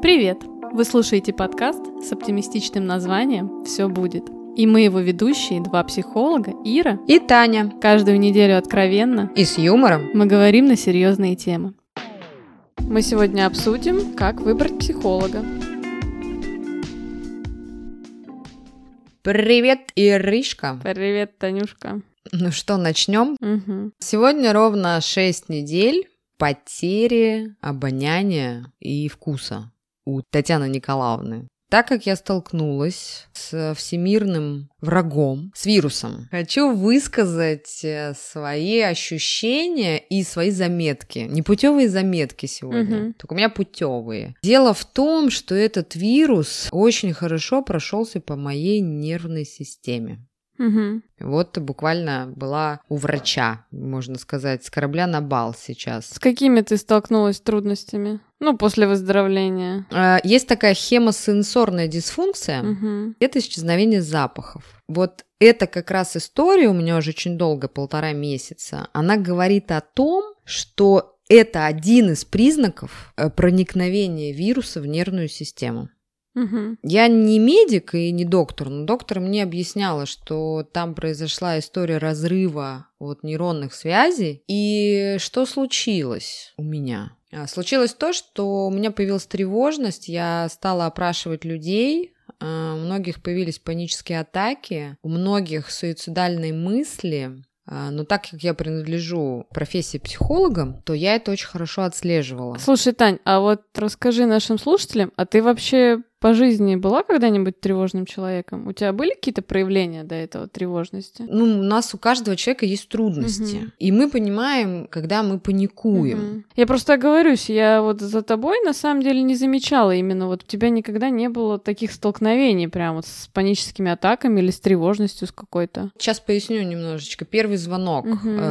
Привет! Вы слушаете подкаст с оптимистичным названием «Все будет». И мы его ведущие, два психолога, Ира и Таня. Каждую неделю откровенно и с юмором мы говорим на серьезные темы. Мы сегодня обсудим, как выбрать психолога. Привет, Иришка. Привет, Танюшка. Ну что, начнем? Угу. Сегодня ровно 6 недель потери обоняния и вкуса у Татьяны Николаевны. Так как я столкнулась с всемирным врагом, с вирусом, хочу высказать свои ощущения и свои заметки. Непутевые заметки сегодня, только у меня путевые. Дело в том, что этот вирус очень хорошо прошелся по моей нервной системе. Вот буквально была у врача, можно сказать, с корабля на бал сейчас. С какими ты столкнулась трудностями? После выздоровления. Есть такая хемосенсорная дисфункция. Это исчезновение запахов. Вот это как раз история у меня уже очень долго, 1,5 месяца. Она говорит о том, что это один из признаков проникновения вируса в нервную систему. Я не медик и не доктор, но доктор мне объясняла, что там произошла история разрыва нейронных связей. И что случилось у меня? Случилось то, что у меня появилась тревожность, я стала опрашивать людей, у многих появились панические атаки, у многих суицидальные мысли. Но так как я принадлежу профессии психолога, то я это очень хорошо отслеживала. Слушай, Тань, а вот расскажи нашим слушателям, а ты вообще по жизни была когда-нибудь тревожным человеком? У тебя были какие-то проявления до этого тревожности? У нас у каждого человека есть трудности. И мы понимаем, когда мы паникуем. Я просто оговорюсь, я за тобой на самом деле не замечала именно у тебя никогда не было таких столкновений прям с паническими атаками или с тревожностью с какой-то. Сейчас поясню немножечко. Первый звонок.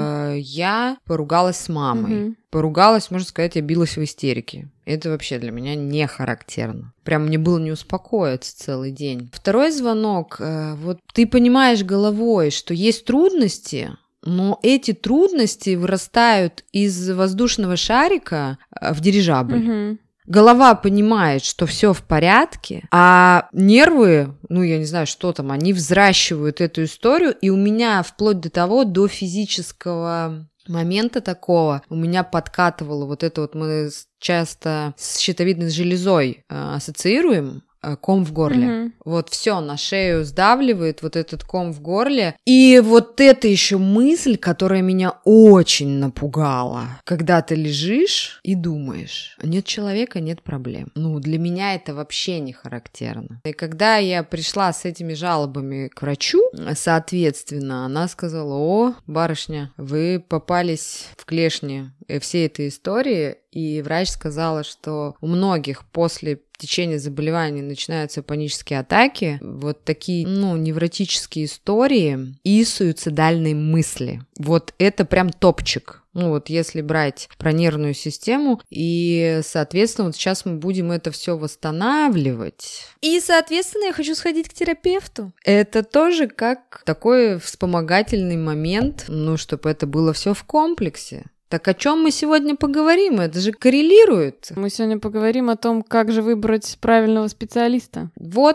Я поругалась с мамой. Поругалась, можно сказать, я билась в истерике. Это вообще для меня не характерно. Прям мне было не успокоиться целый день. Второй звонок. Ты понимаешь головой, что есть трудности, но эти трудности вырастают из воздушного шарика в дирижабль. Голова понимает, что все в порядке, а нервы, я не знаю, что там, они взращивают эту историю, и у меня вплоть до физического момента такого у меня подкатывало мы часто с щитовидной железой ассоциируем ком в горле. Все на шею сдавливает этот ком в горле. И это еще мысль, которая меня очень напугала. Когда ты лежишь и думаешь, нет человека, нет проблем. Для меня это вообще не характерно. И когда я пришла с этими жалобами к врачу, соответственно, она сказала: «О, барышня, вы попались в клешни всей этой истории». И врач сказала, что у многих после течения заболевания начинаются панические атаки, такие, невротические истории и суицидальные мысли. Это прям топчик. Если брать про нервную систему, и, соответственно, сейчас мы будем это все восстанавливать. И, соответственно, я хочу сходить к терапевту. Это тоже как такой вспомогательный момент, чтобы это было все в комплексе. Так о чем мы сегодня поговорим? Это же коррелирует. Мы сегодня поговорим о том, как же выбрать правильного специалиста.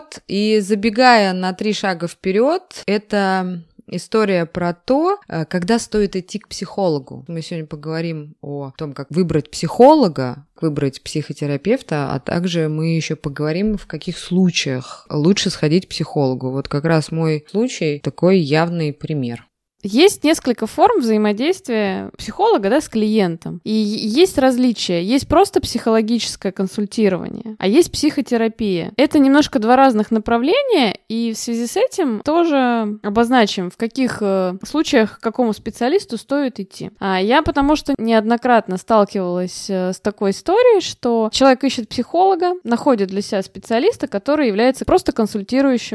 И забегая на 3 шага вперед, это история про то, когда стоит идти к психологу. Мы сегодня поговорим о том, как выбрать психолога, выбрать психотерапевта, а также мы еще поговорим, в каких случаях лучше сходить к психологу. Как раз мой случай такой явный пример. Есть несколько форм взаимодействия психолога, с клиентом. И есть различия. Есть просто психологическое консультирование, а есть психотерапия. Это немножко 2 разных направления, и в связи с этим тоже обозначим, в каких случаях к какому специалисту стоит идти. Я потому что неоднократно сталкивалась с такой историей, что человек ищет психолога, находит для себя специалиста, который является просто консультирующим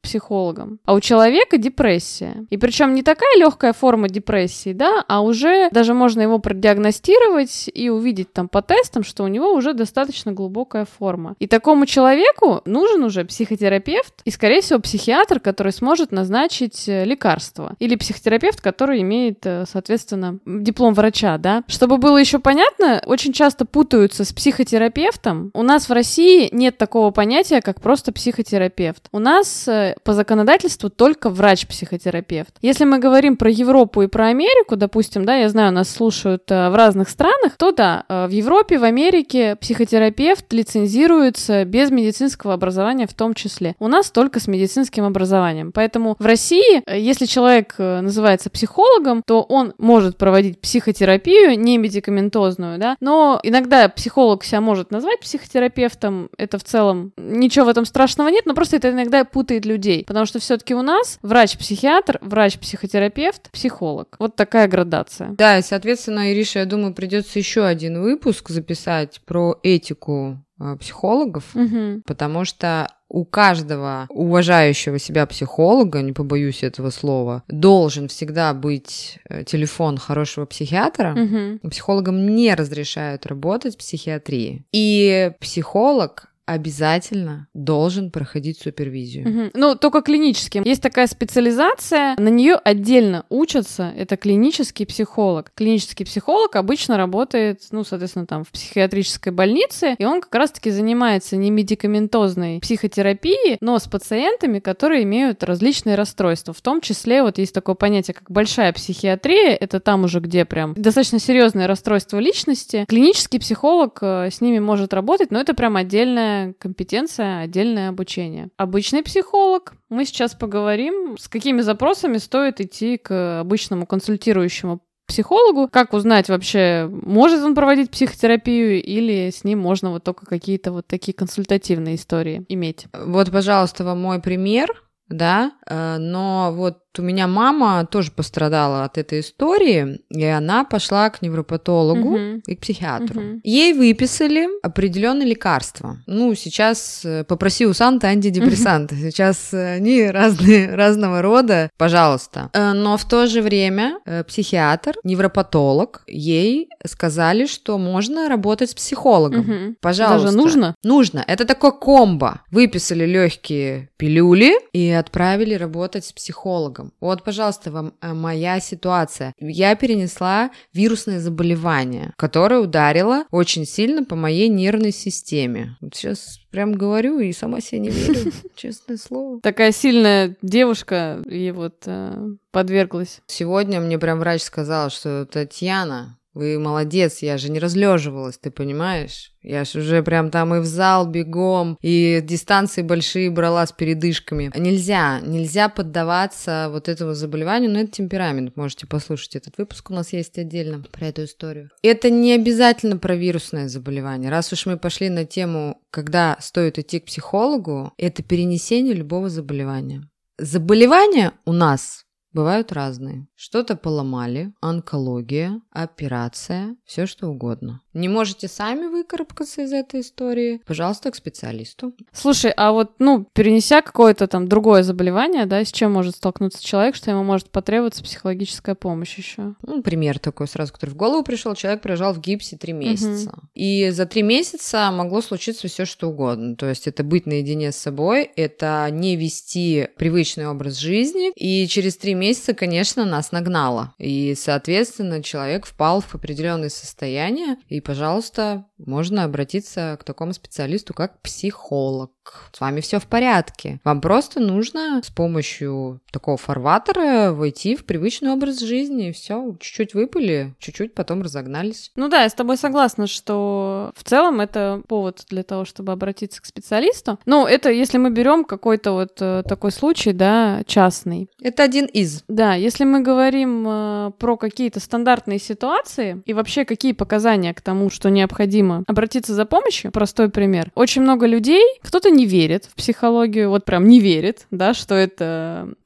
психологом. А у человека депрессия. И причем не такая легкая форма депрессии, да, а уже даже можно его продиагностировать и увидеть там по тестам, что у него уже достаточно глубокая форма. И такому человеку нужен уже психотерапевт и, скорее всего, психиатр, который сможет назначить лекарство. Или психотерапевт, который имеет, соответственно, диплом врача, да. Чтобы было еще понятно, очень часто путаются с психотерапевтом. У нас в России нет такого понятия, как просто психотерапевт. У нас по законодательству только врач-психотерапевт. Если мы говорим про Европу и про Америку, допустим, да, я знаю, нас слушают в разных странах, то да, в Европе, в Америке психотерапевт лицензируется без медицинского образования в том числе. У нас только с медицинским образованием. Поэтому в России, если человек называется психологом, то он может проводить психотерапию, не медикаментозную, да, но иногда психолог себя может назвать психотерапевтом, это в целом ничего в этом страшного нет, но просто это иногда путает людей, потому что все-таки у нас врач-психиатр, врач-психотерапевт, психолог. Вот такая градация. Да, и, соответственно, Ириша, я думаю, придется еще один выпуск записать про этику психологов, потому что у каждого уважающего себя психолога, не побоюсь этого слова, должен всегда быть телефон хорошего психиатра. Психологам не разрешают работать в психиатрии. И психолог обязательно должен проходить супервизию. Ну, только клинически. Есть такая специализация, на нее отдельно учатся, это клинический психолог. Клинический психолог обычно работает, ну, соответственно, там в психиатрической больнице, и он как раз-таки занимается не медикаментозной психотерапией, но с пациентами, которые имеют различные расстройства. В том числе вот есть такое понятие, как большая психиатрия, это там уже, где прям достаточно серьезные расстройства личности. Клинический психолог с ними может работать, но это прям отдельная компетенция, отдельное обучение. Обычный психолог. Мы сейчас поговорим, с какими запросами стоит идти к обычному консультирующему психологу, как узнать вообще, может он проводить психотерапию или с ним можно вот только какие-то вот такие консультативные истории иметь. Вот, пожалуйста, вам мой пример, да, но вот у меня мама тоже пострадала от этой истории, и она пошла к невропатологу и к психиатру. Ей выписали определенные лекарства. Ну, сейчас попроси у Санты антидепрессанты. Сейчас они разного рода, пожалуйста. Но в то же время психиатр, невропатолог, ей сказали, что можно работать с психологом. Пожалуйста. Даже нужно? Нужно. Это такое комбо. Выписали легкие пилюли и отправили работать с психологом. Вот, пожалуйста, вам моя ситуация. Я перенесла вирусное заболевание, которое ударило очень сильно по моей нервной системе. Вот сейчас прям говорю и сама себе не верю, честное слово. Такая сильная девушка и вот подверглась. Сегодня мне прям врач сказал, что Татьяна, вы молодец, я же не разлеживалась, ты понимаешь? Я ж уже прям там и в зал бегом, и дистанции большие брала с передышками. Нельзя поддаваться вот этому заболеванию, но это темперамент. Можете послушать этот выпуск, у нас есть отдельно про эту историю. Это не обязательно про вирусное заболевание. Раз уж мы пошли на тему, когда стоит идти к психологу, это перенесение любого заболевания. Заболевания у нас бывают разные. Что-то поломали, онкология, операция, все что угодно. Не можете сами выкарабкаться из этой истории? Пожалуйста, к специалисту. Слушай, а вот, перенеся какое-то там другое заболевание, да, с чем может столкнуться человек, что ему может потребоваться психологическая помощь еще? Пример такой сразу, который в голову пришел. Человек пролежал в гипсе 3 месяца. И за 3 месяца могло случиться все что угодно. То есть это быть наедине с собой, это не вести привычный образ жизни. И через 3 месяца, конечно, нас нагнало. И, соответственно, человек впал в определенное состояние. И, пожалуйста, можно обратиться к такому специалисту, как психолог. С вами все в порядке. Вам просто нужно с помощью такого фарватера войти в привычный образ жизни. И все, чуть-чуть выпали, чуть-чуть потом разогнались. Ну да, я с тобой согласна, что в целом это повод для того, чтобы обратиться к специалисту. Ну, это если мы берем какой-то вот такой случай, да, частный. Это один из. Да, если мы говорим про какие-то стандартные ситуации и вообще какие показания к тому, что необходимо обратиться за помощью, простой пример. Очень много людей, кто-то не верит в психологию, вот прям не верит, да, что это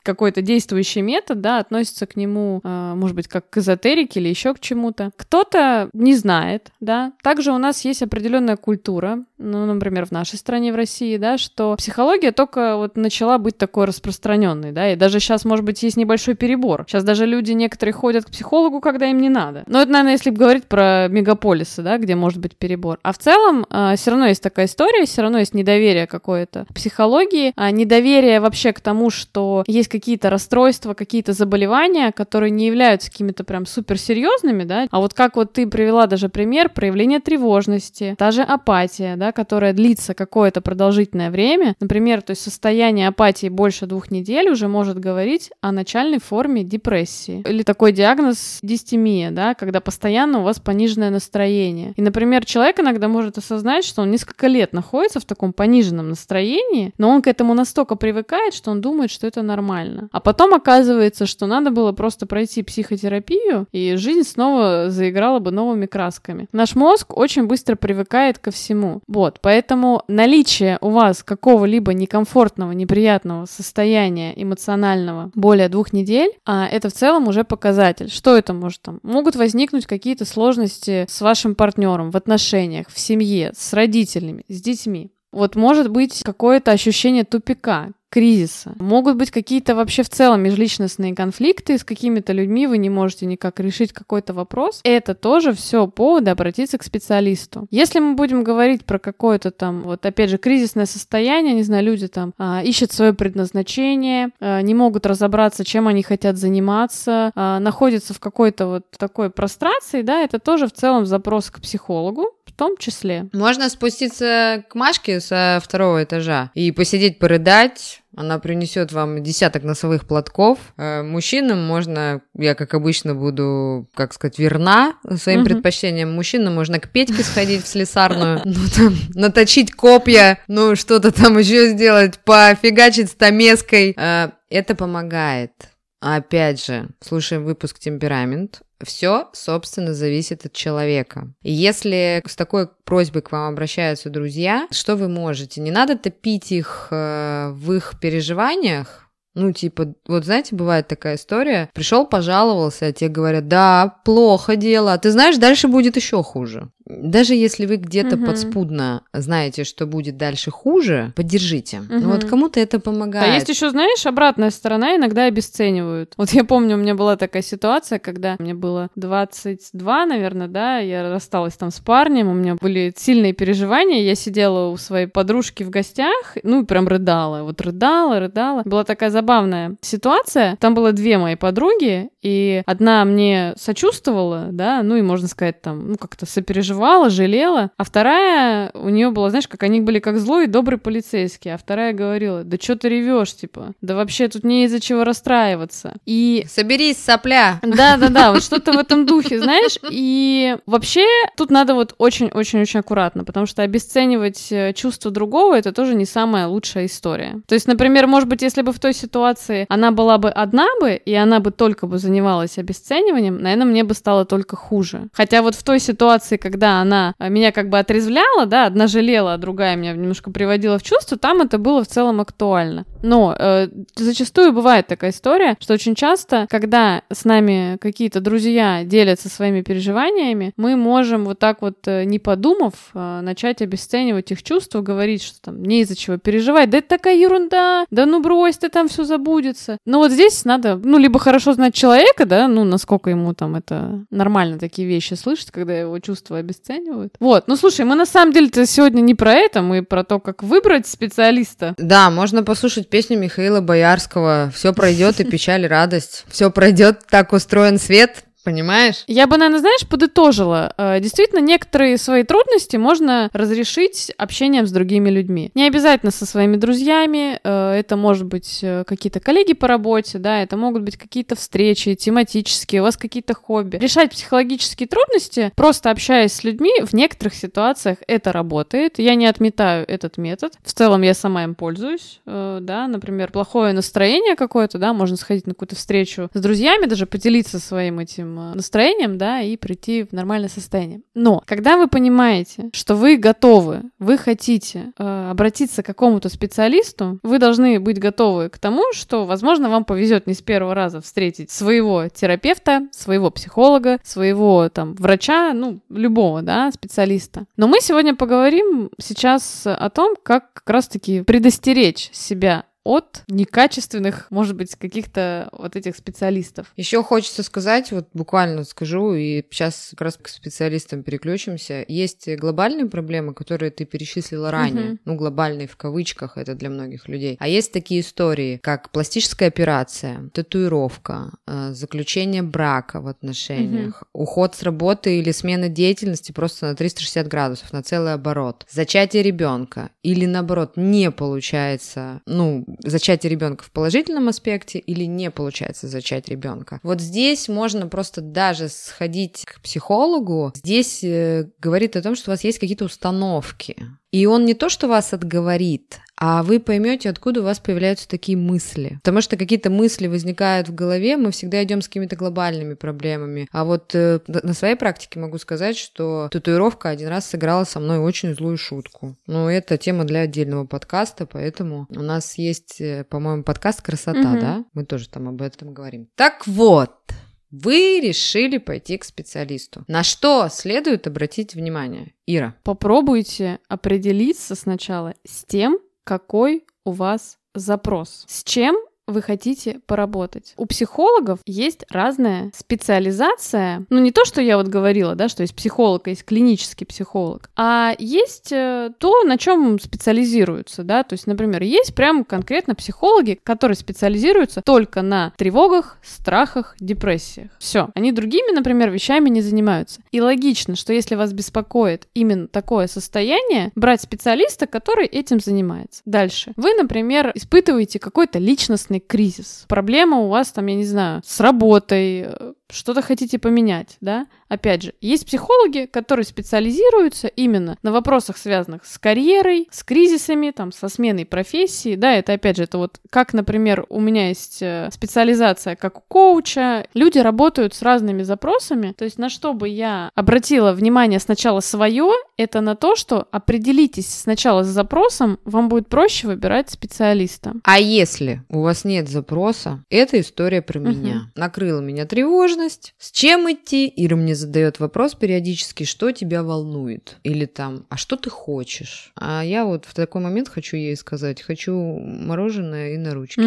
какой-то действующий метод, да, относится к нему, может быть, как к эзотерике или еще к чему-то. Кто-то не знает, да. Также у нас есть определенная культура, ну, например, в нашей стране, в России, да, что психология только вот начала быть такой распространенной, да, и даже сейчас, может быть, есть небольшой перебор. Сейчас даже люди некоторые ходят к психологу, когда им не надо. Но это, наверное, если говорить про мегаполисы, да, где может быть перебор. А в целом все равно есть такая история, все равно есть недоверие какое-то к психологии, недоверие вообще к тому, что есть какие-то расстройства, какие-то заболевания, которые не являются какими-то прям суперсерьезными, да, а вот как вот ты привела даже пример проявления тревожности, та же апатия, да, которая длится какое-то продолжительное время, например, то есть состояние апатии больше 2 недель уже может говорить о начальной форме депрессии. Или такой диагноз дистемия, да, когда постоянно у вас пониженное настроение. И, например, человек иногда может осознать, что он несколько лет находится в таком пониженном настроении, но он к этому настолько привыкает, что он думает, что это нормально. А потом оказывается, что надо было просто пройти психотерапию, и жизнь снова заиграла бы новыми красками. Наш мозг очень быстро привыкает ко всему. Вот, поэтому наличие у вас какого-либо некомфортного, неприятного состояния эмоционального более 2 недель, это в целом уже показатель. Что это может там? Могут возникнуть какие-то сложности с вашим партнером в отношениях, в семье, с родителями, с детьми. Вот может быть какое-то ощущение тупика, кризиса. Могут быть какие-то вообще в целом межличностные конфликты с какими-то людьми, вы не можете никак решить какой-то вопрос. Это тоже все поводы обратиться к специалисту. Если мы будем говорить про какое-то там, вот опять же, кризисное состояние, не знаю, люди там ищут свое предназначение, не могут разобраться, чем они хотят заниматься, находятся в какой-то вот такой прострации, да, это тоже в целом запрос к психологу, в том числе. Можно спуститься к Машке со 2-го этажа и посидеть, порыдать. Она принесет вам 10 носовых платков. Мужчинам можно, я как обычно буду, как сказать, верна своим предпочтениям. Мужчинам можно к Петьке сходить в слесарную, наточить копья, что-то там еще сделать, пофигачить стамеской. Это помогает. Опять же, слушаем выпуск «Темперамент». Все, собственно, зависит от человека. И если с такой просьбой к вам обращаются друзья, что вы можете? Не надо топить их в их переживаниях. Вот знаете, бывает такая история. Пришел, пожаловался, а тебе говорят: да, плохо дело. А ты знаешь, дальше будет еще хуже. Даже если вы где-то подспудно знаете, что будет дальше хуже, поддержите. Вот кому-то это помогает. А есть еще, знаешь, обратная сторона, иногда обесценивают. Вот я помню, у меня была такая ситуация, когда мне было 22, наверное, да, я рассталась там с парнем, у меня были сильные переживания, я сидела у своей подружки в гостях, прям рыдала. Вот рыдала. Была такая забавная ситуация. Там было 2 мои подруги, и одна мне сочувствовала, да, и можно сказать, там, как-то сопереживала, жалела, а вторая, у нее была, знаешь, как они были как злой и добрый полицейский, а вторая говорила: да что ты ревешь, типа, да вообще тут не из-за чего расстраиваться. И... соберись, сопля! Да, вот что-то в этом духе, знаешь, и вообще тут надо вот очень-очень-очень аккуратно, потому что обесценивать чувства другого — это тоже не самая лучшая история. То есть, например, может быть, если бы в той ситуации она была бы одна бы, и она бы только бы занималась обесцениванием, наверное, мне бы стало только хуже. Хотя вот в той ситуации, когда она меня как бы отрезвляла, да, одна жалела, а другая меня немножко приводила в чувство, там это было в целом актуально. Но зачастую бывает такая история, что очень часто, когда с нами какие-то друзья делятся своими переживаниями, мы можем вот так вот, не подумав, начать обесценивать их чувства, говорить, что там не из-за чего переживать, да это такая ерунда, да брось, ты там все забудется. Но вот здесь надо, либо хорошо знать человека, да, насколько ему там это нормально такие вещи слышать, когда его чувства обесценивают. Вот, слушай, мы на самом деле-то сегодня не про это, мы про то, как выбрать специалиста. Да, можно послушать песню Михаила Боярского «Все пройдет и печаль, и радость». Все пройдет, так устроен свет. Понимаешь? Я бы, наверное, знаешь, подытожила. Действительно, некоторые свои трудности можно разрешить общением с другими людьми. Не обязательно со своими друзьями, это может быть какие-то коллеги по работе, да, это могут быть какие-то встречи тематические, у вас какие-то хобби. Решать психологические трудности, просто общаясь с людьми, в некоторых ситуациях это работает. Я не отметаю этот метод. В целом я сама им пользуюсь, да, например, плохое настроение какое-то, да, можно сходить на какую-то встречу с друзьями, даже поделиться своим этим нормальным настроением, да, и прийти в нормальное состояние. Но когда вы понимаете, что вы готовы, вы хотите обратиться к какому-то специалисту, вы должны быть готовы к тому, что, возможно, вам повезет не с первого раза встретить своего терапевта, своего психолога, своего там врача, ну, любого, да, специалиста. Но мы сегодня поговорим сейчас о том, как раз-таки предостеречь себя от некачественных, может быть, каких-то вот этих специалистов. Еще хочется сказать, вот буквально скажу, и сейчас как раз к специалистам переключимся. Есть глобальные проблемы, которые ты перечислила ранее. Ну, глобальные в кавычках, это для многих людей. А есть такие истории, как пластическая операция, татуировка, заключение брака в отношениях, уход с работы или смена деятельности просто на 360 градусов, на целый оборот, зачатие ребенка или, наоборот, не получается, зачатие ребенка в положительном аспекте или не получается зачать ребенка. Вот здесь можно просто даже сходить к психологу. Здесь говорит о том, что у вас есть какие-то установки. И он не то, что вас отговорит, а вы поймете, откуда у вас появляются такие мысли. Потому что какие-то мысли возникают в голове, мы всегда идем с какими-то глобальными проблемами. А вот на своей практике могу сказать, что татуировка один раз сыграла со мной очень злую шутку. Но это тема для отдельного подкаста, поэтому у нас есть, по-моему, подкаст «Красота», да? Мы тоже там об этом говорим. Так вот, вы решили пойти к специалисту. На что следует обратить внимание, Ира? Попробуйте определиться сначала с тем, какой у вас запрос. С чем вы хотите поработать. У психологов есть разная специализация. Ну, не то, что я вот говорила, да, что есть психолог, есть клинический психолог, а есть то, на чем специализируются, да, то есть, например, есть прям конкретно психологи, которые специализируются только на тревогах, страхах, депрессиях. Все. Они другими, например, вещами не занимаются. И логично, что если вас беспокоит именно такое состояние, брать специалиста, который этим занимается. Дальше. Вы, например, испытываете какой-то личностный кризис. Проблема у вас там, я не знаю, с работой, что-то хотите поменять, да? Опять же, есть психологи, которые специализируются именно на вопросах, связанных с карьерой, с кризисами, там, со сменой профессии, да, это, опять же, это вот как, например, у меня есть специализация как у коуча, люди работают с разными запросами, то есть на что бы я обратила внимание сначала свое, это на то, что определитесь сначала с запросом, вам будет проще выбирать специалиста. А если у вас нет запроса, это история про меня. Накрыла меня тревожность. С чем идти? Ира мне задает вопрос периодически, что тебя волнует? Или там, а что ты хочешь? А я вот в такой момент хочу ей сказать, хочу мороженое и на ручке.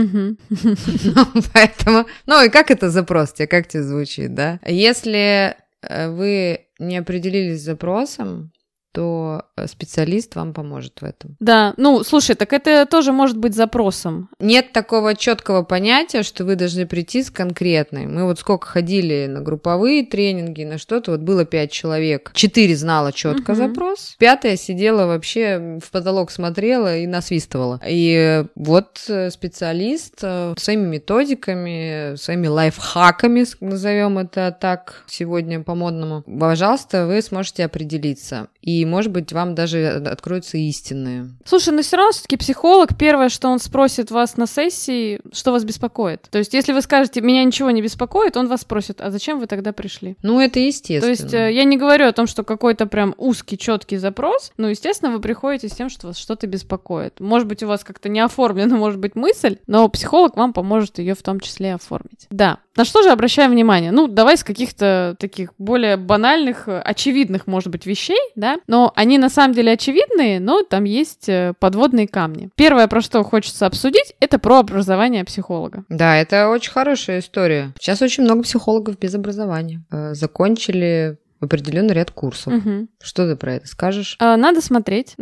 Поэтому, и как это запрос тебе, как тебе звучит, да? Если вы не определились с запросом, то специалист вам поможет в этом. Да, слушай, так это тоже может быть запросом. Нет такого четкого понятия, что вы должны прийти с конкретной. Мы вот сколько ходили на групповые тренинги, на что-то, вот было 5 человек. 4 знала четко запрос, 5 сидела вообще в потолок смотрела и насвистывала. И вот специалист своими методиками, своими лайфхаками, назовем это так сегодня по-модному, пожалуйста, вы сможете определиться. И, может быть, вам даже откроются истинные. Слушай, но все равно все-таки психолог, первое, что он спросит вас на сессии, что вас беспокоит. То есть, если вы скажете, меня ничего не беспокоит, он вас спросит, а зачем вы тогда пришли? Это естественно. То есть, я не говорю о том, что какой-то прям узкий, четкий запрос, естественно, вы приходите с тем, что вас что-то беспокоит. Может быть, у вас как-то не оформлена, может быть, мысль, но психолог вам поможет ее в том числе оформить. Да. На что же обращаем внимание? Давай с каких-то таких более банальных, очевидных, может быть, вещей, да? Но они на самом деле очевидные, но там есть подводные камни. Первое, про что хочется обсудить, это про образование психолога. Да, это очень хорошая история. Сейчас очень много психологов без образования. Закончили определенный ряд курсов. Что ты про это скажешь? Надо смотреть,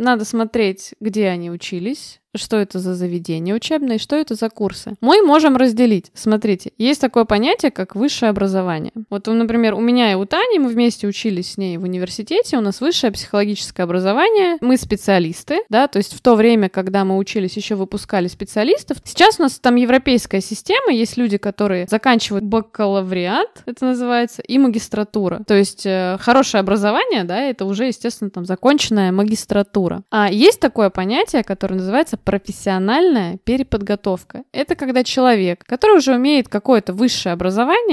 где они учились, что это за заведение учебное, что это за курсы. Мы можем разделить. Смотрите, есть такое понятие, как высшее образование. Вот, например, у меня и у Тани, мы вместе учились с ней в университете, у нас высшее психологическое образование, мы специалисты, да, то есть в то время, когда мы учились, еще выпускали специалистов. Сейчас у нас там европейская система, есть люди, которые заканчивают бакалавриат, это называется, и магистратура. То есть хорошее образование, да, это уже, естественно, там законченная магистратура. А есть такое понятие, которое называется профессиональная переподготовка. Это когда человек, который уже имеет какое-то высшее образование,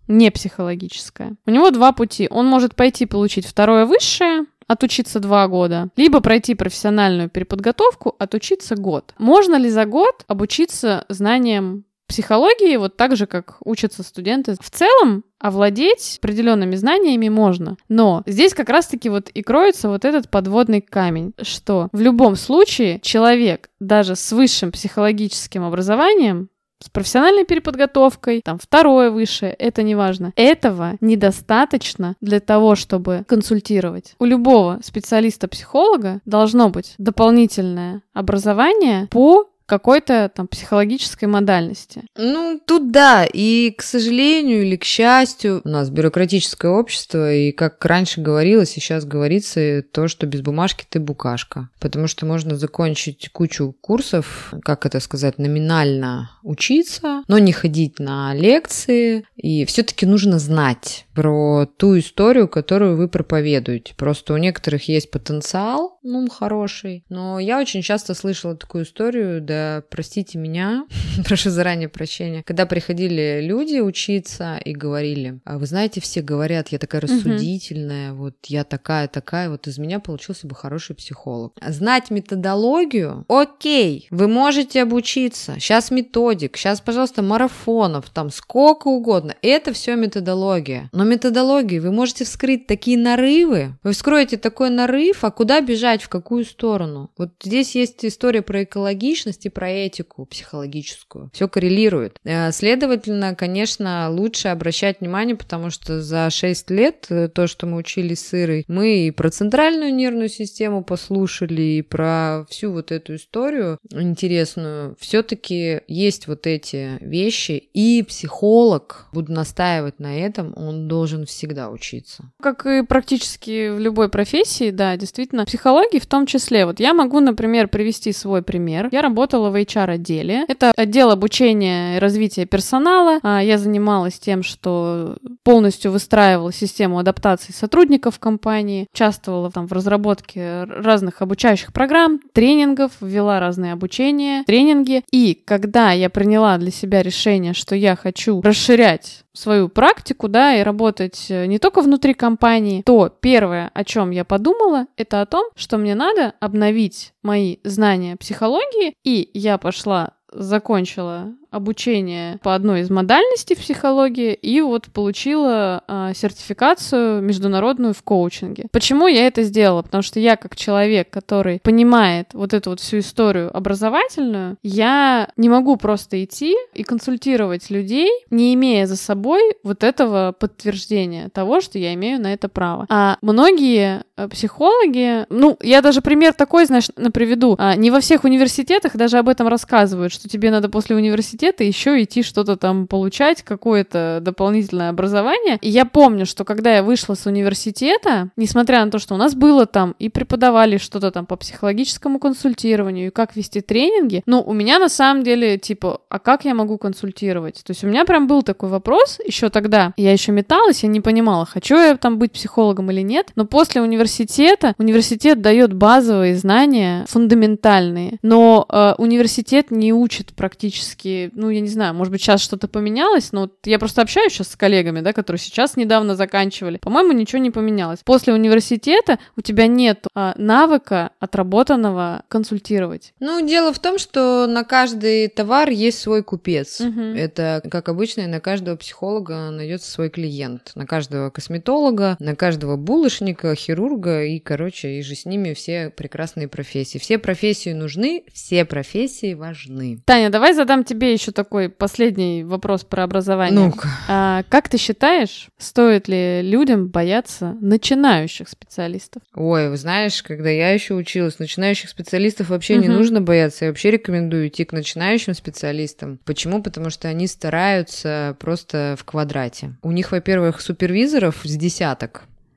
не психологическое. У него 2 пути. Он может пойти получить 2 высшее, отучиться 2 года, либо пройти профессиональную переподготовку, отучиться год. Можно ли за год обучиться знаниям психологии, вот так же, как учатся студенты? В целом, овладеть определенными знаниями можно. Но здесь как раз-таки вот и кроется вот этот подводный камень, что в любом случае человек даже с высшим психологическим образованием, с профессиональной переподготовкой, там 2 высшее, это не важно. Этого недостаточно для того, чтобы консультировать. У любого специалиста-психолога должно быть дополнительное образование по какой-то там психологической модальности. Ну, тут да, и, к сожалению или к счастью, у нас бюрократическое общество, и как раньше говорилось, и сейчас говорится то, что без бумажки ты букашка. Потому что можно закончить кучу курсов, как это сказать, номинально учиться, но не ходить на лекции, и все-таки нужно знать про ту историю, которую вы проповедуете. Просто у некоторых есть потенциал, хороший, но я очень часто слышала такую историю, да, простите меня, прошу заранее прощения, когда приходили люди учиться и говорили: а вы знаете, все говорят, я такая рассудительная, вот я такая, вот из меня получился бы хороший психолог. Знать методологию, окей, вы можете обучиться, сейчас методик, сейчас, пожалуйста, марафонов, там сколько угодно, это все методология. Но методологии вы можете вскрыть такие нарывы, вы вскроете такой нарыв, а куда бежать, в какую сторону? Вот здесь есть история про экологичность и про этику психологическую. Все коррелирует. Следовательно, конечно, лучше обращать внимание, потому что за 6 лет то, что мы учились с Ирой, мы и про центральную нервную систему послушали, и про всю вот эту историю интересную. Все-таки есть вот эти вещи, и психолог, буду настаивать на этом, он должен всегда учиться. Как и практически в любой профессии, да, действительно, психологии в том числе. Вот я могу, например, привести свой пример. Я работала в HR-отделе. Это отдел обучения и развития персонала. Я занималась тем, что полностью выстраивала систему адаптации сотрудников компании, участвовала там в разработке разных обучающих программ, тренингов, ввела разные обучения, тренинги. И когда я приняла для себя решение, что я хочу расширять свою практику, да, и работать не только внутри компании, то первое, о чем я подумала, это о том, что мне надо обновить мои знания психологии, и я пошла, закончила обучение по одной из модальностей в психологии и вот получила сертификацию международную в коучинге. Почему я это сделала? Потому что я, как человек, который понимает вот эту вот всю историю образовательную, я не могу просто идти и консультировать людей, не имея за собой вот этого подтверждения того, что я имею на это право. А многие психологи, я даже пример такой, знаешь, приведу. Не во всех университетах даже об этом рассказывают, что тебе надо после университета еще идти что-то там получать, какое-то дополнительное образование. И я помню, что когда я вышла с университета, несмотря на то, что у нас было там и преподавали что-то там по психологическому консультированию, и как вести тренинги, у меня на самом деле, а как я могу консультировать? То есть у меня прям был такой вопрос еще тогда. Я еще металась, я не понимала, хочу я там быть психологом или нет. Но после университет дает базовые знания, фундаментальные. Но университет не учит практически, я не знаю, может быть, сейчас что-то поменялось, но я просто общаюсь сейчас с коллегами, да, которые сейчас недавно заканчивали. По-моему, ничего не поменялось. После университета у тебя нет навыка отработанного консультировать. Дело в том, что на каждый товар есть свой купец. Это, как обычно, и на каждого психолога найдется свой клиент. На каждого косметолога, на каждого булочника, хирурга и же с ними все прекрасные профессии. Все профессии нужны, все профессии важны. Таня, давай задам тебе еще такой последний вопрос про образование. Ну-ка. Как ты считаешь, стоит ли людям бояться начинающих специалистов? Ой, вы знаешь, когда я еще училась, начинающих специалистов вообще не нужно бояться. Я вообще рекомендую идти к начинающим специалистам. Почему? Потому что они стараются просто в квадрате. У них, во-первых, супервизоров с десяток.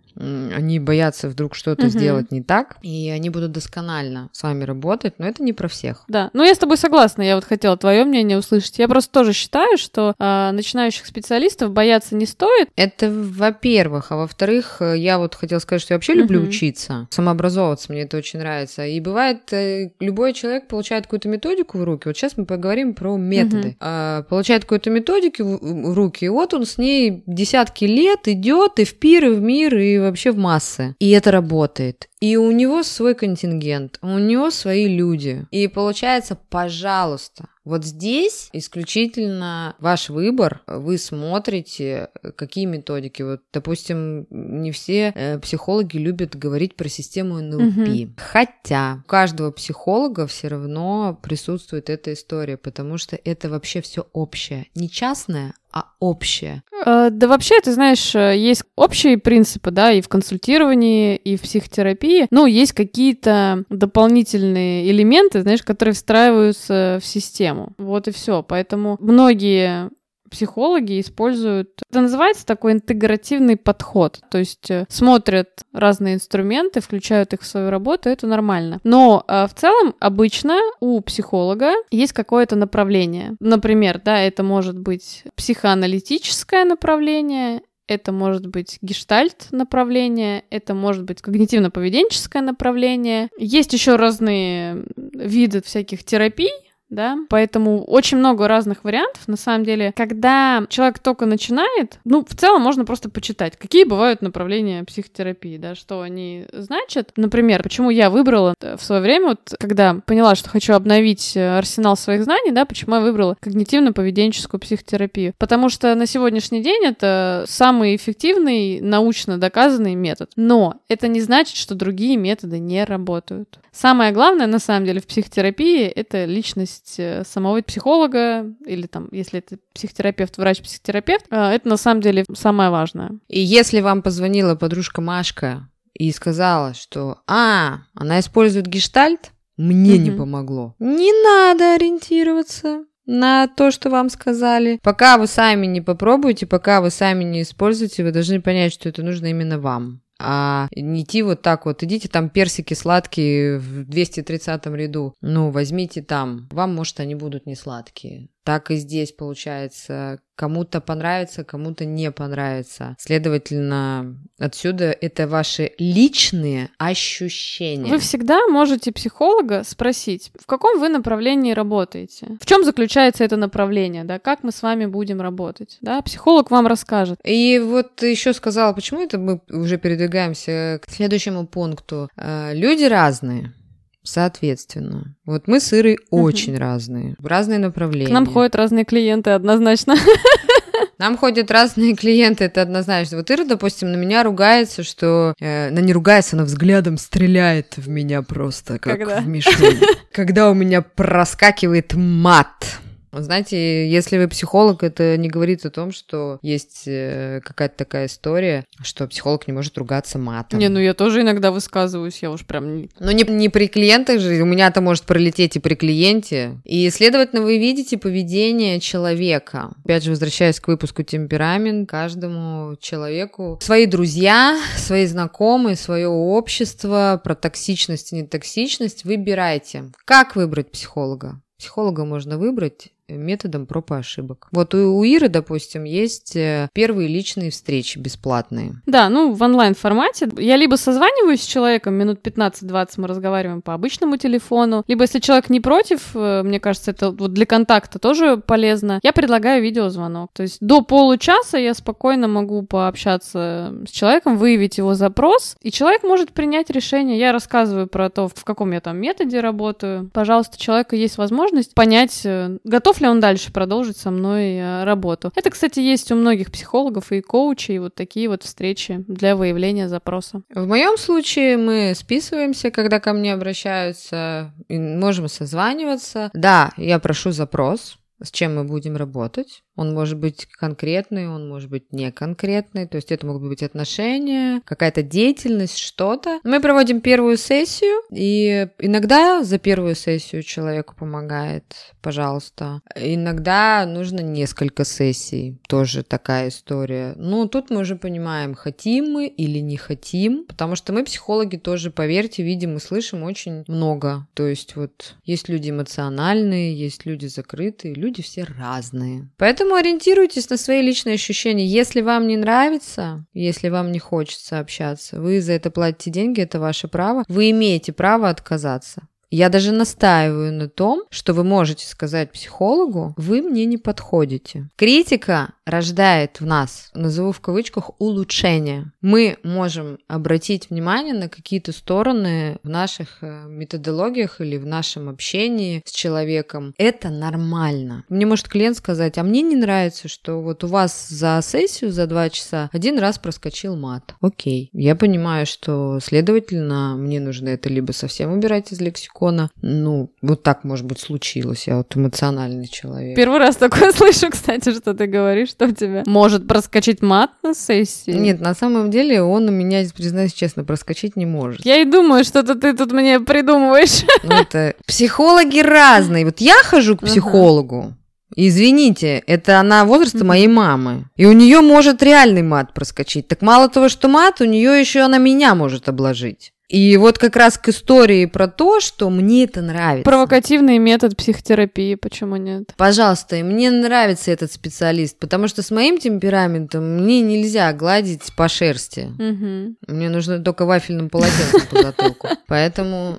они боятся вдруг что-то сделать не так, и они будут досконально с вами работать, но это не про всех. Да, ну я с тобой согласна, я вот хотела твое мнение услышать. Я просто тоже считаю, что начинающих специалистов бояться не стоит. Это во-первых, а во-вторых, я вот хотела сказать, что я вообще люблю учиться, самообразовываться, мне это очень нравится. И бывает, любой человек получает какую-то методику в руки. Вот сейчас мы поговорим про методы. Получает какую-то методику в руки, и вот он с ней десятки лет идет и в пир, и в мир, и вообще в массы. И это работает. И у него свой контингент, у него свои люди. И получается, пожалуйста, вот здесь исключительно ваш выбор. Вы смотрите, какие методики. Вот, допустим, не все психологи любят говорить про систему НЛП. Хотя у каждого психолога все равно присутствует эта история, потому что это вообще все общее. Не частное, а общее. Да вообще, ты знаешь, есть общие принципы, да, и в консультировании, и в психотерапии. Ну, есть какие-то дополнительные элементы, знаешь, которые встраиваются в систему. Вот и все. Поэтому многие психологи используют, это называется такой интегративный подход, то есть смотрят разные инструменты, включают их в свою работу, это нормально. Но в целом обычно у психолога есть какое-то направление. Например, да, это может быть психоаналитическое направление, это может быть гештальт направление, это может быть когнитивно-поведенческое направление. Есть еще разные виды всяких терапий, да, поэтому очень много разных вариантов, на самом деле. Когда человек только начинает, ну, в целом можно просто почитать, какие бывают направления психотерапии, да, что они значат. Например, почему я выбрала в свое время, вот, когда поняла, что хочу обновить арсенал своих знаний, да, почему я выбрала когнитивно-поведенческую психотерапию. Потому что на сегодняшний день это самый эффективный, научно доказанный метод. Но это не значит, что другие методы не работают. Самое главное, на самом деле, в психотерапии — это личность самого психолога, или там, если это психотерапевт, врач-психотерапевт, это на самом деле самое важное. И если вам позвонила подружка Машка и сказала, что она использует гештальт, мне не помогло. Не надо ориентироваться на то, что вам сказали. Пока вы сами не попробуете, пока вы сами не используете, вы должны понять, что это нужно именно вам. А не идти вот так вот, идите там персики сладкие в 230 ряду, ну, возьмите там, вам, может, они будут не сладкие. Так и здесь получается, кому-то понравится, кому-то не понравится. Следовательно, отсюда это ваши личные ощущения. Вы всегда можете психолога спросить, в каком вы направлении работаете, в чем заключается это направление, да, как мы с вами будем работать, да, психолог вам расскажет. И вот еще сказала, почему это мы уже передвигаемся к следующему пункту. Люди разные. Соответственно. Вот мы с Ирой очень разные, в разные направления. К нам ходят разные клиенты, однозначно. Нам ходят разные клиенты, это однозначно. Вот Ира, допустим, на меня ругается, что... Она не ругается, она взглядом стреляет в меня просто, как в мишень. Когда у меня проскакивает мат. Знаете, если вы психолог, это не говорит о том, что есть какая-то такая история, что психолог не может ругаться матом. Не, ну я тоже иногда высказываюсь, я уж прям... Ну не при клиентах же, у меня-то может пролететь и при клиенте. И, следовательно, вы видите поведение человека. Опять же, возвращаясь к выпуску «Темперамент», каждому человеку свои друзья, свои знакомые, свое общество, про токсичность и нетоксичность выбирайте. Как выбрать психолога? Психолога можно выбрать методом проб и ошибок. Вот у Иры, допустим, есть первые личные встречи бесплатные. Да, ну в онлайн-формате. Я либо созваниваюсь с человеком, минут 15-20 мы разговариваем по обычному телефону, либо если человек не против, мне кажется, это вот для контакта тоже полезно, я предлагаю видеозвонок. То есть до получаса я спокойно могу пообщаться с человеком, выявить его запрос, и человек может принять решение. Я рассказываю про то, в каком я там методе работаю. Пожалуйста, у человека есть возможность понять, готов ли он дальше продолжить со мной работу. Это, кстати, есть у многих психологов и коучей, вот такие вот встречи для выявления запроса. В моем случае мы списываемся, когда ко мне обращаются, и можем созваниваться. Да, я прошу запрос, с чем мы будем работать. Он может быть конкретный, он может быть неконкретный, то есть это могут быть отношения, какая-то деятельность, что-то. Мы проводим первую сессию, и иногда за первую сессию человеку помогает, пожалуйста. Иногда нужно несколько сессий, тоже такая история. Ну, тут мы уже понимаем, хотим мы или не хотим, потому что мы, психологи, тоже, поверьте, видим и слышим очень много. То есть вот есть люди эмоциональные, есть люди закрытые, люди все разные. Поэтому ориентируйтесь на свои личные ощущения. Если вам не нравится, если вам не хочется общаться, вы за это платите деньги, это ваше право. Вы имеете право отказаться. Я даже настаиваю на том, что вы можете сказать психологу: вы мне не подходите. Критика рождает в нас, назову в кавычках, улучшение. Мы можем обратить внимание на какие-то стороны в наших методологиях или в нашем общении с человеком. Это нормально. Мне может клиент сказать: а мне не нравится, что вот у вас за сессию за 2 часа 1 раз проскочил мат. Окей. Я понимаю, что, следовательно, мне нужно это либо совсем убирать из лексикона. Ну, вот так, может быть, случилось. Я вот эмоциональный человек. Первый раз такое слышу, кстати, что ты говоришь, что у тебя может проскочить мат на сессии. Нет, на самом деле он у меня, признаюсь честно, проскочить не может. Я и думаю, что-то ты тут мне придумываешь. Ну, это психологи разные. Вот я хожу к психологу. Извините, это она возраста моей мамы. И у нее может реальный мат проскочить. Так мало того, что мат, у нее еще она меня может обложить. И вот как раз к истории про то, что мне это нравится. Провокативный метод психотерапии, почему нет? Пожалуйста, и мне нравится этот специалист, потому что с моим темпераментом мне нельзя гладить по шерсти. Мне нужно только вафельным полотенцем по затылку. Поэтому...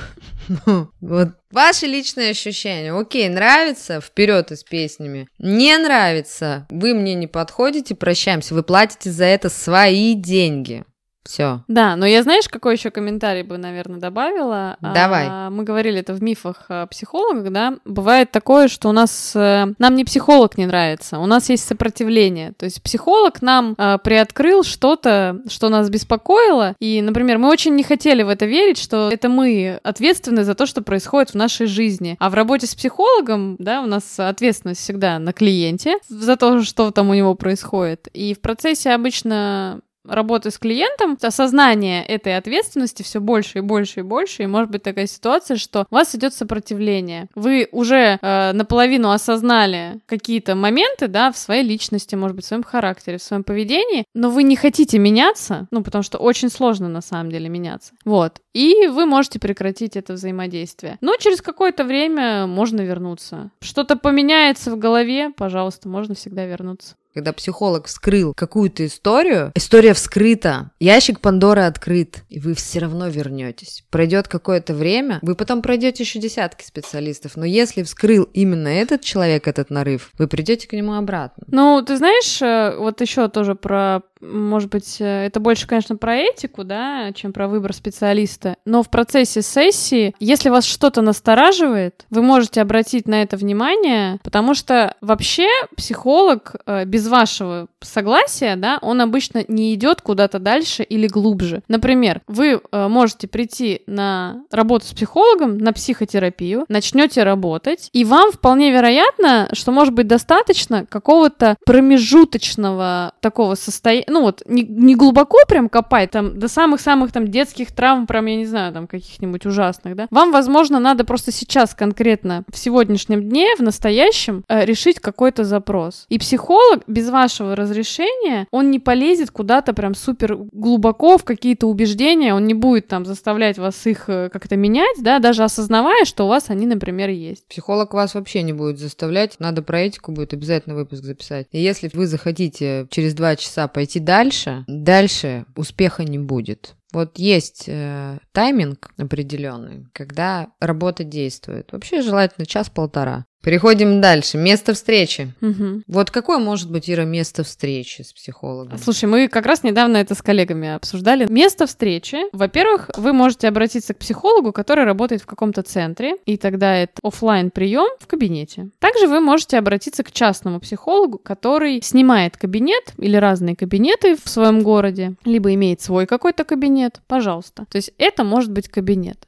Вот ваши личные ощущения. Окей, нравится, вперед и с песнями. Не нравится, вы мне не подходите, прощаемся. Вы платите за это свои деньги. Все. Да, но я, знаешь, какой еще комментарий бы, наверное, добавила? Давай. Мы говорили это в мифах о психологах, да? Бывает такое, что у нас... Нам не психолог не нравится, у нас есть сопротивление. То есть психолог нам приоткрыл что-то, что нас беспокоило, и, например, мы очень не хотели в это верить, что это мы ответственны за то, что происходит в нашей жизни. А в работе с психологом, да, у нас ответственность всегда на клиенте за то, что там у него происходит. И в процессе обычно... работы с клиентом, осознание этой ответственности все больше и больше и больше, и может быть такая ситуация, что у вас идет сопротивление. Вы уже наполовину осознали какие-то моменты, да, в своей личности, может быть, в своем характере, в своем поведении, но вы не хотите меняться, ну, потому что очень сложно на самом деле меняться. Вот. И вы можете прекратить это взаимодействие. Но через какое-то время можно вернуться. Что-то поменяется в голове, пожалуйста, можно всегда вернуться. Когда психолог вскрыл какую-то историю, история вскрыта, ящик Пандоры открыт, и вы все равно вернетесь. Пройдет какое-то время, вы потом пройдете еще десятки специалистов, но если вскрыл именно этот человек, этот нарыв, вы придете к нему обратно. Ну, ты знаешь, вот еще тоже про... Может быть, это больше, конечно, про этику, да, чем про выбор специалиста. Но в процессе сессии, если вас что-то настораживает, вы можете обратить на это внимание, потому что вообще психолог без вашего согласия, да, он обычно не идет куда-то дальше или глубже. Например, вы можете прийти на работу с психологом, на психотерапию, начнете работать, и вам вполне вероятно, что может быть достаточно какого-то промежуточного такого состояния, ну вот, не глубоко прям копать, там, до самых-самых там детских травм, прям, я не знаю, там, каких-нибудь ужасных, да. Вам, возможно, надо просто сейчас конкретно, в сегодняшнем дне, в настоящем, решить какой-то запрос. И психолог без вашего разрешения, он не полезет куда-то прям супер глубоко в какие-то убеждения, он не будет там заставлять вас их как-то менять, да, даже осознавая, что у вас они, например, есть. Психолог вас вообще не будет заставлять, надо про этику будет обязательно выпуск записать. И если вы захотите через 2 часа пойти дальше успеха не будет. Вот есть тайминг определенный, когда работа действует. Вообще желательно 1-1.5 Переходим дальше. Место встречи. Угу. Вот какое может быть, Ира, место встречи с психологом? Слушай, мы как раз недавно это с коллегами обсуждали. Место встречи. Во-первых, вы можете обратиться к психологу, который работает в каком-то центре, и тогда это офлайн прием в кабинете. Также вы можете обратиться к частному психологу, который снимает кабинет или разные кабинеты в своем городе, либо имеет свой какой-то кабинет. Пожалуйста. То есть это может быть кабинет.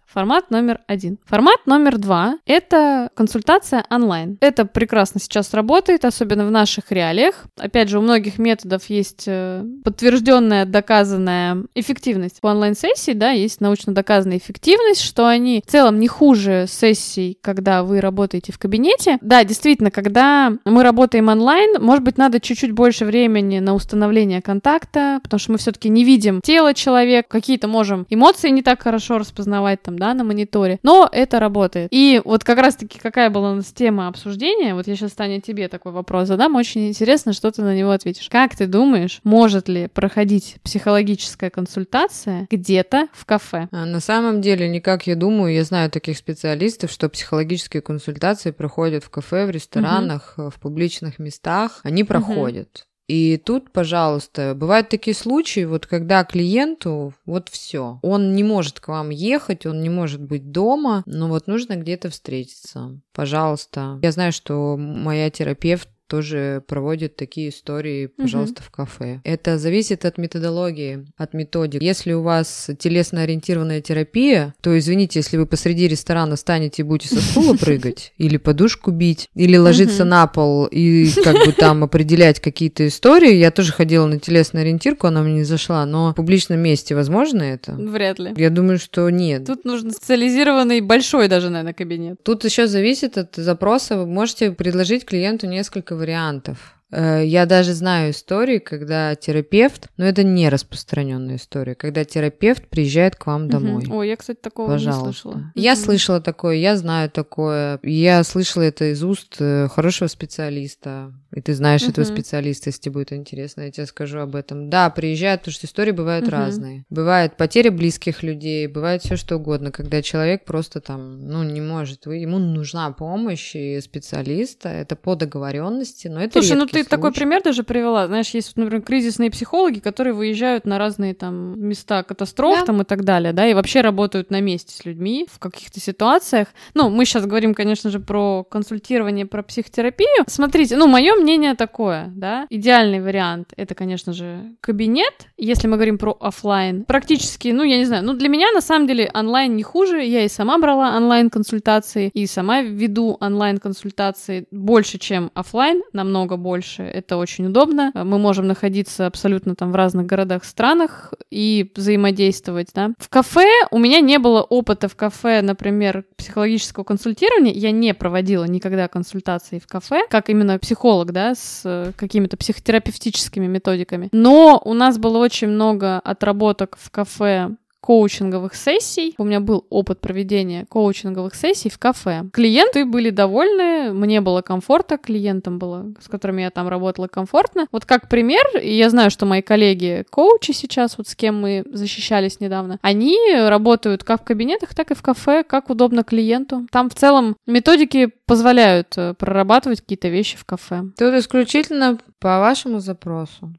Формат номер 1. Формат номер 2 — это консультация онлайн. Это прекрасно сейчас работает, особенно в наших реалиях. Опять же, у многих методов есть подтвержденная, доказанная эффективность. По онлайн-сессии, да, есть научно доказанная эффективность, что они в целом не хуже сессий, когда вы работаете в кабинете. Да, действительно, когда мы работаем онлайн, может быть, надо чуть-чуть больше времени на установление контакта, потому что мы все-таки не видим тело человека, какие-то можем эмоции не так хорошо распознавать там, да, на мониторе, но это работает. И вот как раз-таки какая была у нас тема обсуждения, вот я сейчас, Таня, тебе такой вопрос задам, очень интересно, что ты на него ответишь. Как ты думаешь, может ли проходить психологическая консультация где-то в кафе? На самом деле, не как я думаю, я знаю таких специалистов, что психологические консультации проходят в кафе, в ресторанах, в публичных местах, они проходят. И тут, пожалуйста, бывают такие случаи, вот когда клиенту вот все, он не может к вам ехать, он не может быть дома, но вот нужно где-то встретиться. Пожалуйста. Я знаю, что моя терапевт тоже проводит такие истории, пожалуйста, в кафе. Это зависит от методологии, от методик. Если у вас телесно-ориентированная терапия, то, извините, если вы посреди ресторана станете и будете со стула прыгать, или подушку бить, или ложиться на пол и как бы там определять какие-то истории. Я тоже ходила на телесную ориентирку, она мне не зашла, но в публичном месте возможно это? Вряд ли. Я думаю, что нет. Тут нужен специализированный большой даже, наверное, кабинет. Тут еще зависит от запроса. Вы можете предложить клиенту несколько вариантов. Я даже знаю истории, когда терапевт, но это не распространенная история, когда терапевт приезжает к вам домой. Ой, я, кстати, такого не слышала. Я слышала такое, я знаю такое. Я слышала это из уст хорошего специалиста. И ты знаешь этого специалиста, если тебе будет интересно, я тебе скажу об этом. Да, приезжают, потому что истории бывают разные. Бывает потеря близких людей, бывает все что угодно, когда человек просто там, не может, ему нужна помощь и специалиста, это по договоренности, но это редкий ты такой пример даже привела. Знаешь, есть, например, кризисные психологи, которые выезжают на разные там места катастроф там и так далее, да, и вообще работают на месте с людьми в каких-то ситуациях. Мы сейчас говорим, конечно же, про консультирование, про психотерапию. Смотрите, мое мнение такое, да, идеальный вариант — это, конечно же, кабинет, если мы говорим про офлайн. Практически, я не знаю, для меня, на самом деле, онлайн не хуже. Я и сама брала онлайн-консультации, и сама веду онлайн-консультации больше, чем офлайн, намного больше. Это очень удобно. Мы можем находиться абсолютно там в разных городах, странах и взаимодействовать, да. В кафе у меня не было опыта в кафе, например, психологического консультирования. Я не проводила никогда консультации в кафе, как именно психолог, да, с какими-то психотерапевтическими методиками. Но у нас было очень много отработок в кафе коучинговых сессий. У меня был опыт проведения коучинговых сессий в кафе. Клиенты были довольны, мне было комфортно, клиентам было, с которыми я там работала, комфортно. Вот как пример, и я знаю, что мои коллеги-коучи сейчас, вот с кем мы защищались недавно, они работают как в кабинетах, так и в кафе, как удобно клиенту. Там в целом методики позволяют прорабатывать какие-то вещи в кафе. Тут исключительно по вашему запросу.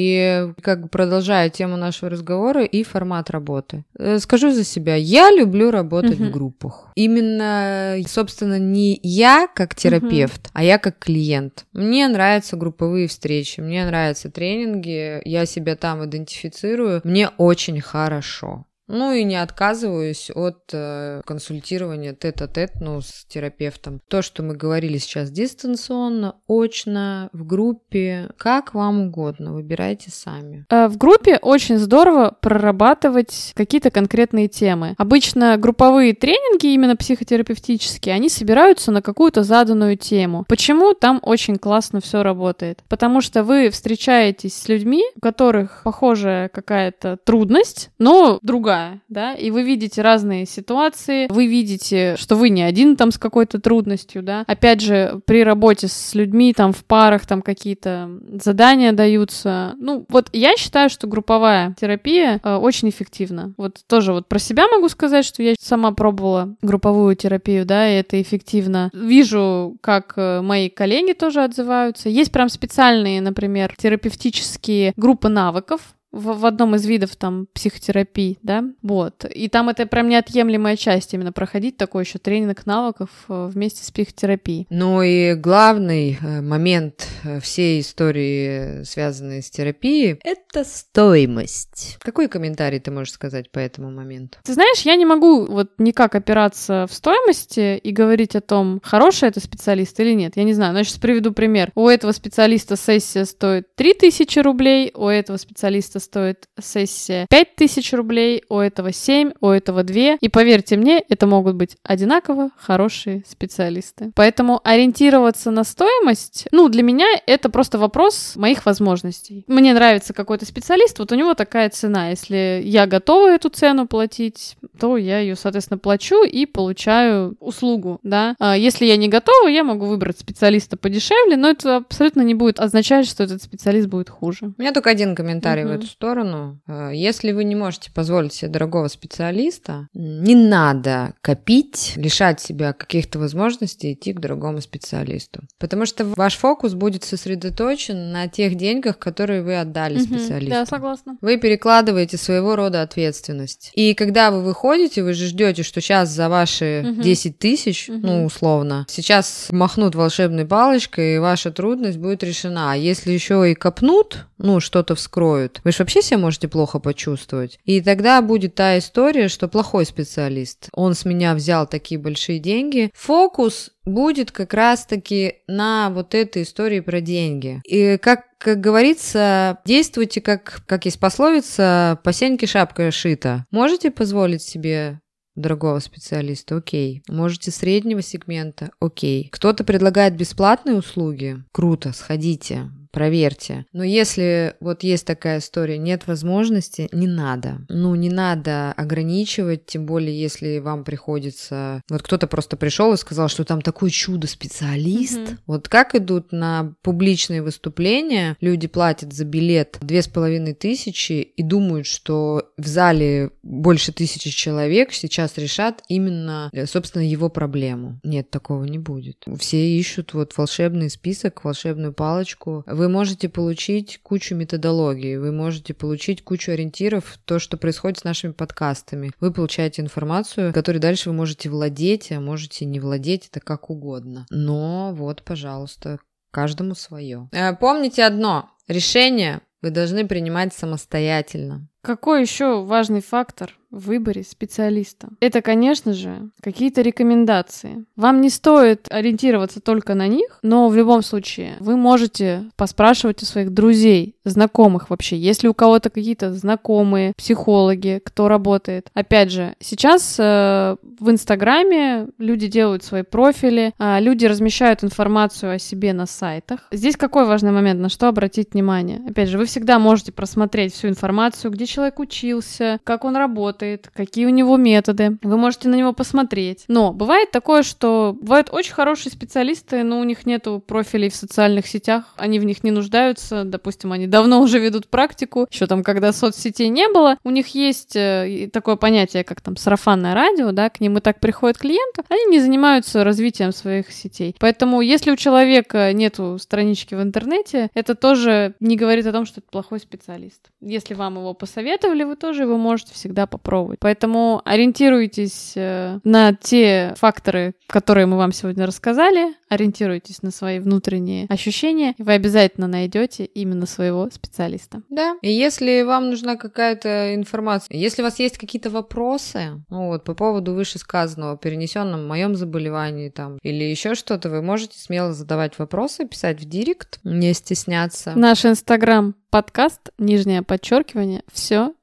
И продолжая тему нашего разговора и формат работы. Скажу за себя, я люблю работать в группах. Именно, собственно, не я как терапевт, а я как клиент. Мне нравятся групповые встречи, мне нравятся тренинги, я себя там идентифицирую, мне очень хорошо. И не отказываюсь от консультирования тет-а-тет, с терапевтом. То, что мы говорили сейчас дистанционно, очно, в группе, как вам угодно, выбирайте сами. В группе очень здорово прорабатывать какие-то конкретные темы. Обычно групповые тренинги, именно психотерапевтические, они собираются на какую-то заданную тему. Почему там очень классно все работает? Потому что вы встречаетесь с людьми, у которых похожая какая-то трудность, но другая. Да, и вы видите разные ситуации, вы видите, что вы не один там с какой-то трудностью, да. Опять же, при работе с людьми там в парах там какие-то задания даются. Вот я считаю, что групповая терапия очень эффективна. Вот тоже вот про себя могу сказать, что я сама пробовала групповую терапию, да, и это эффективно. Вижу, как мои коллеги тоже отзываются. Есть прям специальные, например, терапевтические группы навыков. в одном из видов там психотерапии, да, вот. И там это прям неотъемлемая часть именно проходить такой еще тренинг навыков вместе с психотерапией. Ну и главный момент всей истории, связанной с терапией, это стоимость. Какой комментарий ты можешь сказать по этому моменту? Ты знаешь, я не могу вот никак опираться в стоимости и говорить о том, хороший это специалист или нет. Я не знаю, но я сейчас приведу пример. У этого специалиста сессия стоит 3000 рублей, у этого специалиста стоит сессия 5000 рублей, у этого 7, у этого 2. И поверьте мне, это могут быть одинаково хорошие специалисты. Поэтому ориентироваться на стоимость, для меня это просто вопрос моих возможностей. Мне нравится какой-то специалист, вот у него такая цена. Если я готова эту цену платить, то я ее, соответственно, плачу и получаю услугу, да. Если я не готова, я могу выбрать специалиста подешевле, но это абсолютно не будет означать, что этот специалист будет хуже. У меня только один комментарий в эту сторону. Если вы не можете позволить себе дорогого специалиста, не надо копить, лишать себя каких-то возможностей идти к другому специалисту. Потому что ваш фокус будет сосредоточен на тех деньгах, которые вы отдали специалисту. Да, согласна. Вы перекладываете своего рода ответственность. И когда вы выходите, вы же ждете, что сейчас за ваши 10 тысяч, условно, сейчас махнут волшебной палочкой, и ваша трудность будет решена. А если еще и копнут, что-то вскроют, вы же вообще себя можете плохо почувствовать. И тогда будет та история, что плохой специалист, он с меня взял такие большие деньги. Фокус будет как раз-таки на вот этой истории про деньги. И как говорится, действуйте, как есть пословица, по сеньке шапка шита. Можете позволить себе дорогого специалиста? Окей. Можете среднего сегмента? Окей. Кто-то предлагает бесплатные услуги? Круто, сходите. Проверьте. Но если вот есть такая история, нет возможности, не надо. Не надо ограничивать, тем более, если вам приходится... Вот кто-то просто пришел и сказал, что там такой чудо-специалист. Вот как идут на публичные выступления, люди платят за билет 2500 и думают, что в зале больше 1000 человек сейчас решат именно, собственно, его проблему. Нет, такого не будет. Все ищут вот волшебный список, волшебную палочку. Вы можете получить кучу методологий, вы можете получить кучу ориентиров, то, что происходит с нашими подкастами. Вы получаете информацию, которой дальше вы можете владеть, а можете не владеть, это как угодно. Но вот, пожалуйста, каждому свое. Помните одно, решение вы должны принимать самостоятельно. Какой еще важный фактор в выборе специалиста? Это, конечно же, какие-то рекомендации. Вам не стоит ориентироваться только на них, но в любом случае вы можете поспрашивать у своих друзей, знакомых вообще, если у кого-то какие-то знакомые, психологи, кто работает. Опять же, сейчас в Инстаграме люди делают свои профили, люди размещают информацию о себе на сайтах. Здесь какой важный момент, на что обратить внимание? Опять же, вы всегда можете просмотреть всю информацию, где человек учился, как он работает, какие у него методы. Вы можете на него посмотреть. Но бывает такое, что бывают очень хорошие специалисты, но у них нету профилей в социальных сетях, они в них не нуждаются, допустим, они давно уже ведут практику, еще там, когда соцсетей не было, у них есть такое понятие, как там сарафанное радио, да, к ним и так приходят клиенты, они не занимаются развитием своих сетей. Поэтому, если у человека нету странички в интернете, это тоже не говорит о том, что это плохой специалист. Если вам его посоветовали, вы тоже его можете всегда попробовать. Поэтому ориентируйтесь на те факторы, которые мы вам сегодня рассказали, ориентируйтесь на свои внутренние ощущения, и вы обязательно найдете именно своего специалиста. Да. И если вам нужна какая-то информация, если у вас есть какие-то вопросы, по поводу вышесказанного, перенесенном моем заболевании там, или еще что-то, вы можете смело задавать вопросы, писать в директ, не стесняться. Наш Инстаграм подкаст, _, все,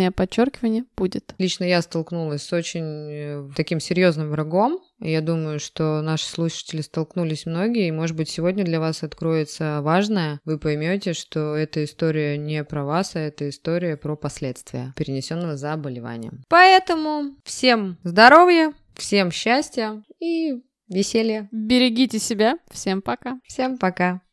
_, будет. Лично я столкнулась с очень таким серьезным врагом. Я думаю, что наши слушатели столкнулись многие, и, может быть, сегодня для вас откроется важное. Вы поймете, что эта история не про вас, а это история про последствия перенесенного заболевания. Поэтому всем здоровья, всем счастья и веселья. Берегите себя. Всем пока. Всем пока.